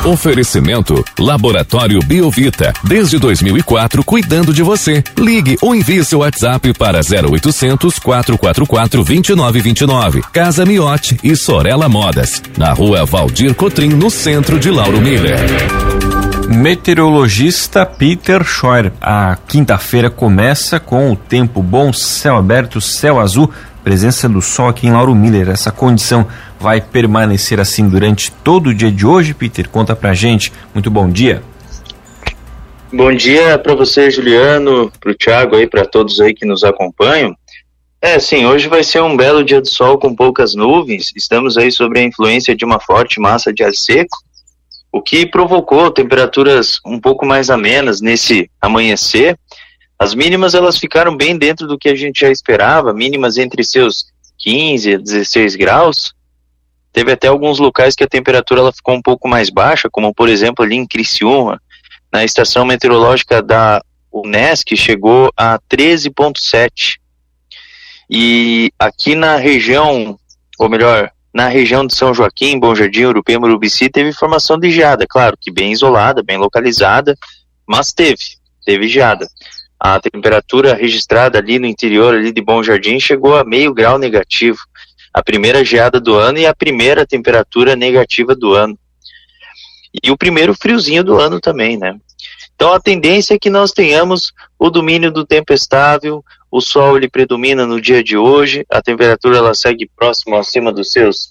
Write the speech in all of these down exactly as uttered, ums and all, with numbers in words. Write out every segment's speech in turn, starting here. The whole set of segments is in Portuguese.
Oferecimento Laboratório Biovita. Desde dois mil e quatro, cuidando de você. Ligue ou envie seu WhatsApp para zero oitocentos, quatrocentos e quarenta e quatro, vinte e nove vinte e nove. Casa Miotti e Sorella Modas. Na rua Valdir Cotrim, no centro de Lauro Miller. Meteorologista Peter Scheuer. A quinta-feira começa com o tempo bom, céu aberto, céu azul, presença do sol aqui em Lauro Miller. Essa condição vai permanecer assim durante todo o dia de hoje? Peter, conta pra gente. Muito bom dia. Bom dia para você, Juliano, pro Thiago aí, para todos aí que nos acompanham. É, sim, hoje vai ser um belo dia de sol com poucas nuvens. Estamos aí sob a influência de uma forte massa de ar seco, o que provocou temperaturas um pouco mais amenas nesse amanhecer. As mínimas, elas ficaram bem dentro do que a gente já esperava, mínimas entre seus quinze a dezesseis graus. Teve até alguns locais que a temperatura ela ficou um pouco mais baixa, como por exemplo ali em Criciúma, na estação meteorológica da Unesc, chegou a treze vírgula sete. E aqui na região, ou melhor, na região de São Joaquim, Bom Jardim, Urupema, Urubici, teve formação de geada, claro que bem isolada, bem localizada, mas teve, teve geada. A temperatura registrada ali no interior ali de Bom Jardim chegou a meio grau negativo. A primeira geada do ano e a primeira temperatura negativa do ano. E o primeiro friozinho do ano também, né? Então a tendência é que nós tenhamos o domínio do tempo estável, o sol ele predomina no dia de hoje, a temperatura ela segue próximo acima dos seus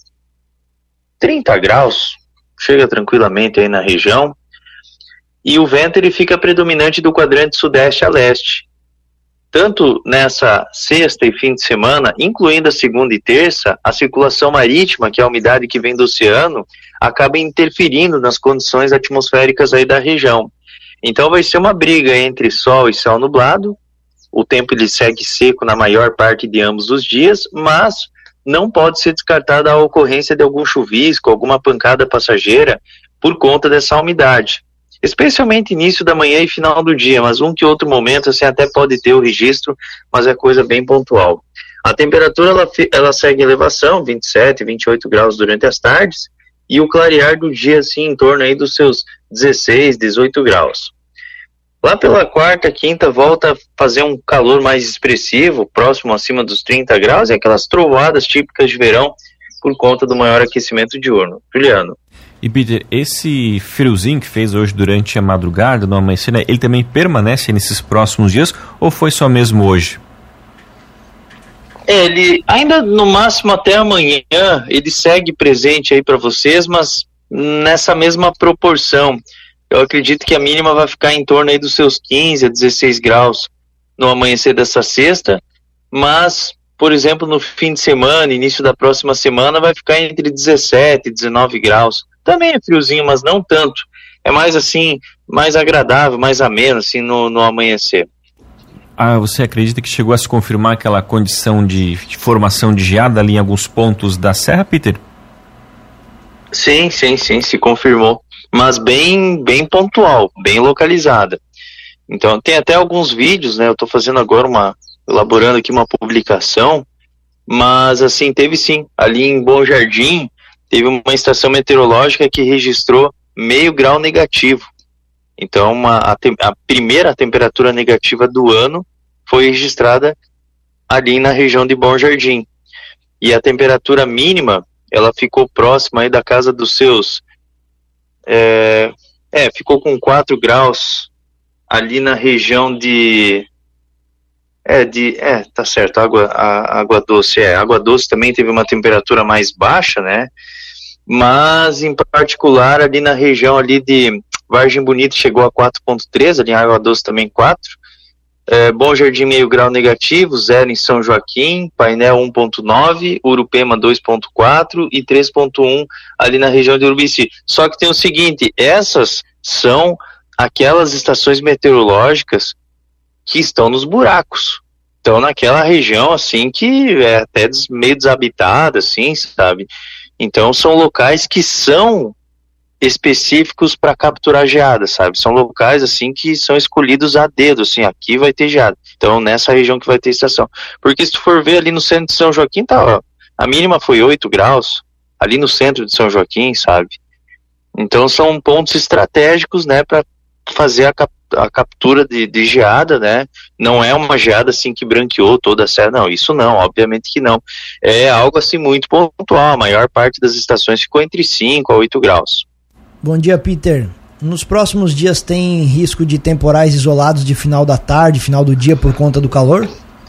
trinta graus, chega tranquilamente aí na região, e o vento ele fica predominante do quadrante sudeste a leste. Tanto nessa sexta e fim de semana, incluindo a segunda e terça, a circulação marítima, que é a umidade que vem do oceano, acaba interferindo nas condições atmosféricas aí da região. Então vai ser uma briga entre sol e céu nublado, o tempo ele segue seco na maior parte de ambos os dias, mas não pode ser descartada a ocorrência de algum chuvisco, alguma pancada passageira por conta dessa umidade. Especialmente início da manhã e final do dia, mas um que outro momento assim até pode ter o registro, mas é coisa bem pontual. A temperatura ela, ela segue em elevação, vinte e sete, vinte e oito graus durante as tardes, e o clarear do dia assim em torno aí dos seus dezesseis, dezoito graus. Lá pela quarta, quinta, volta a fazer um calor mais expressivo, próximo acima dos trinta graus, e aquelas trovoadas típicas de verão por conta do maior aquecimento diurno. Juliano. E Peter, esse friozinho que fez hoje durante a madrugada, no amanhecer, né, ele também permanece nesses próximos dias ou foi só mesmo hoje? É, ele ainda no máximo até amanhã, ele segue presente aí para vocês, mas nessa mesma proporção. Eu acredito que a mínima vai ficar em torno aí dos seus quinze a dezesseis graus no amanhecer dessa sexta, mas, por exemplo, no fim de semana, início da próxima semana, vai ficar entre dezessete e dezenove graus. Também é friozinho, mas não tanto. É mais assim, mais agradável, mais ameno, assim, no, no amanhecer. Ah, você acredita que chegou a se confirmar aquela condição de, de formação de geada ali em alguns pontos da Serra, Peter? Sim, sim, sim, se confirmou. Mas bem, bem pontual, bem localizada. Então, tem até alguns vídeos, né? Eu estou fazendo agora uma, elaborando aqui uma publicação, mas assim, teve sim, ali em Bom Jardim, teve uma estação meteorológica que registrou meio grau negativo. Então, uma, a, te, a primeira temperatura negativa do ano foi registrada ali na região de Bom Jardim. E a temperatura mínima, ela ficou próxima aí da casa dos seus... É, é ficou com quatro graus ali na região de... É, de, é, tá certo, água, a, água doce, é, água doce também teve uma temperatura mais baixa, né? Mas, em particular, ali na região ali de Vargem Bonita chegou a quatro vírgula três, ali em Água Doce também quatro. É, Bom Jardim meio grau negativo, zero em São Joaquim, Painel um vírgula nove, Urupema dois vírgula quatro e três vírgula um ali na região de Urubici. Só que tem o seguinte, essas são aquelas estações meteorológicas que estão nos buracos. Estão naquela região, assim, que é até des, meio desabitada, assim, sabe? Então, são locais que são específicos para capturar geada, sabe? São locais, assim, que são escolhidos a dedo, assim, aqui vai ter geada. Então, nessa região que vai ter estação. Porque se tu for ver ali no centro de São Joaquim, tá, ó, a mínima foi oito graus, ali no centro de São Joaquim, sabe? Então são pontos estratégicos, né, para fazer a, cap a captura de, de geada, né? Não é uma geada assim que branqueou toda a serra, não, isso não, obviamente que não. É algo assim muito pontual, a maior parte das estações ficou entre cinco a oito graus. Bom dia, Peter. Nos próximos dias tem risco de temporais isolados de final da tarde, final do dia por conta do calor?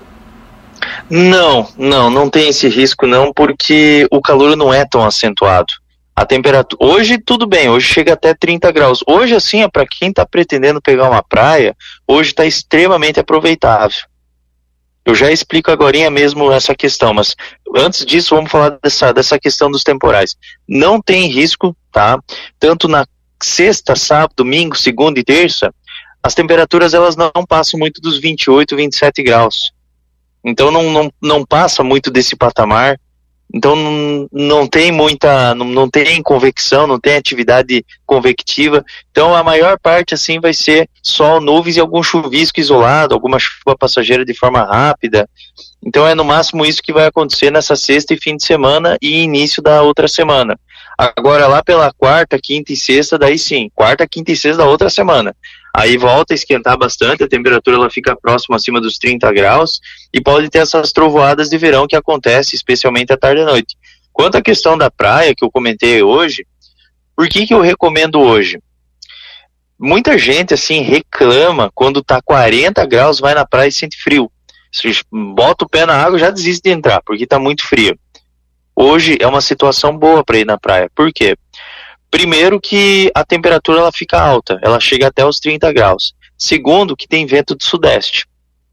Não, não, não tem esse risco não, porque o calor não é tão acentuado. A temperatura, hoje tudo bem, hoje chega até trinta graus. Hoje assim, para quem está pretendendo pegar uma praia, hoje está extremamente aproveitável. Eu já explico agorinha mesmo essa questão, mas antes disso vamos falar dessa, dessa questão dos temporais. Não tem risco, tá? Tanto na sexta, sábado, domingo, segunda e terça, as temperaturas elas não passam muito dos vinte e oito, vinte e sete graus. Então não, não, não passa muito desse patamar. Então não, não tem muita, não, não tem convecção, não tem atividade convectiva. Então a maior parte assim vai ser sol, nuvens e algum chuvisco isolado, alguma chuva passageira de forma rápida. Então é no máximo isso que vai acontecer nessa sexta e fim de semana e início da outra semana. Agora lá pela quarta, quinta e sexta, daí sim, quarta, quinta e sexta da outra semana. Aí volta a esquentar bastante, a temperatura ela fica próxima acima dos trinta graus e pode ter essas trovoadas de verão que acontecem especialmente à tarde e à noite. Quanto à questão da praia que eu comentei hoje, por que que eu recomendo hoje? Muita gente assim reclama quando tá quarenta graus, vai na praia e sente frio. Se bota o pé na água já desiste de entrar, porque tá muito frio. Hoje é uma situação boa para ir na praia. Por quê? Primeiro que a temperatura ela fica alta, ela chega até os trinta graus. Segundo, que tem vento do sudeste.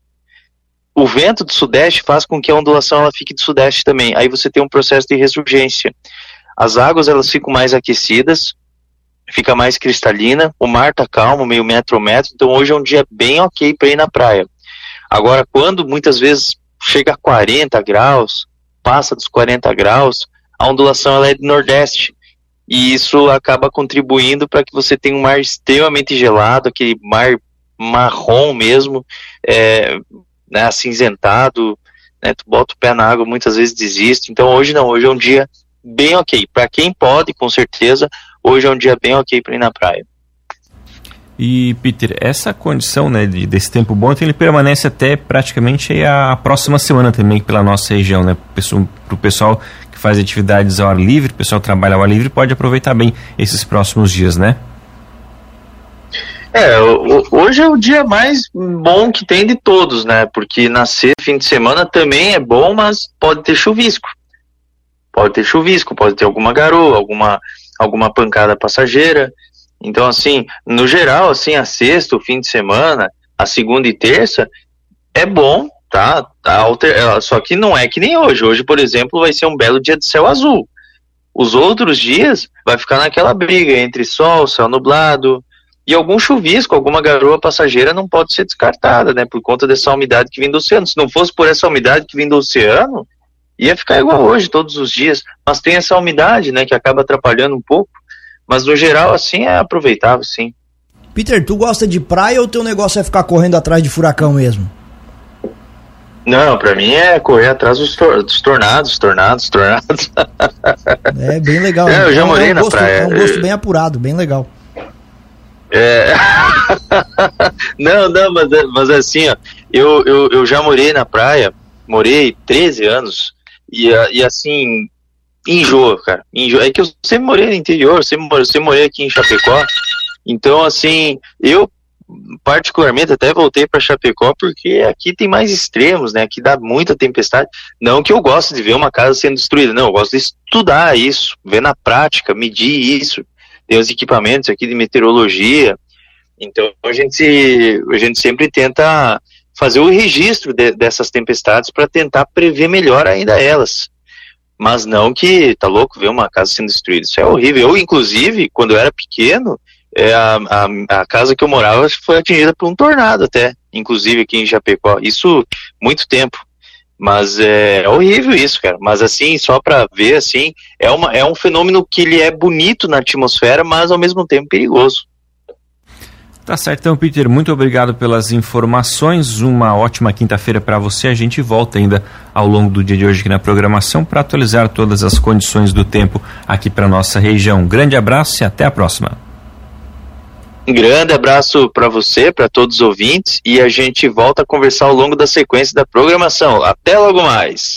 O vento do sudeste faz com que a ondulação ela fique do sudeste também. Aí você tem um processo de ressurgência. As águas elas ficam mais aquecidas, fica mais cristalina, o mar tá calmo, meio metro a metro, então hoje é um dia bem ok para ir na praia. Agora, quando muitas vezes chega a quarenta graus, passa dos quarenta graus, a ondulação ela é de nordeste. E isso acaba contribuindo para que você tenha um mar extremamente gelado, aquele mar marrom mesmo, é, né, acinzentado, né, tu bota o pé na água, muitas vezes desiste. Então hoje não, hoje é um dia bem ok. Para quem pode, com certeza, hoje é um dia bem ok para ir na praia. E, Peter, essa condição, né, de, desse tempo bom, então ele permanece até praticamente aí a próxima semana também pela nossa região, né? Para o pessoal que faz atividades ao ar livre, o pessoal que trabalha ao ar livre, pode aproveitar bem esses próximos dias, né? É, hoje é o dia mais bom que tem de todos, né? Porque na sexta, fim de semana também é bom, mas pode ter chuvisco. Pode ter chuvisco, pode ter alguma garoa, alguma, alguma pancada passageira. Então, assim, no geral, assim, a sexta, o fim de semana, a segunda e terça, é bom, tá? Alter... Só que não é que nem hoje. Hoje, por exemplo, vai ser um belo dia de céu azul. Os outros dias vai ficar naquela briga entre sol, céu nublado, e algum chuvisco, alguma garoa passageira não pode ser descartada, né? Por conta dessa umidade que vem do oceano. Se não fosse por essa umidade que vem do oceano, ia ficar igual hoje, todos os dias. Mas tem essa umidade, né, que acaba atrapalhando um pouco. Mas no geral, assim, é aproveitável, sim. Peter, tu gosta de praia ou teu negócio é ficar correndo atrás de furacão mesmo? Não, pra mim é correr atrás dos, tor dos tornados, tornados, tornados. É bem legal. É, eu já é, morei é um na gosto, praia. É um gosto bem apurado, bem legal. É... não, não, mas, mas assim, ó, eu, eu, eu já morei na praia, morei treze anos, e, e assim... Enjoa, cara. Enjoa. É que eu sempre morei no interior, sempre morei, sempre morei aqui em Chapecó. Então, assim, eu particularmente até voltei para Chapecó porque aqui tem mais extremos, né? Aqui dá muita tempestade. Não que eu gosto de ver uma casa sendo destruída, não. Eu gosto de estudar isso, ver na prática, medir isso. Tem os equipamentos aqui de meteorologia. Então, a gente, a gente sempre tenta fazer o registro de, dessas tempestades para tentar prever melhor ainda elas. Mas não que, tá louco, ver uma casa sendo destruída, isso é horrível. Eu, inclusive, quando eu era pequeno, é, a, a, a casa que eu morava foi atingida por um tornado até, inclusive aqui em Chapecó, isso muito tempo. Mas é, é horrível isso, cara. Mas assim, só pra ver, assim, é, uma, é um fenômeno que ele é bonito na atmosfera, mas ao mesmo tempo perigoso. Tá certo, então, Peter, muito obrigado pelas informações, uma ótima quinta-feira para você. A gente volta ainda ao longo do dia de hoje aqui na programação para atualizar todas as condições do tempo aqui para nossa região. Um grande abraço e até a próxima. Um grande abraço para você, para todos os ouvintes, e a gente volta a conversar ao longo da sequência da programação. Até logo mais!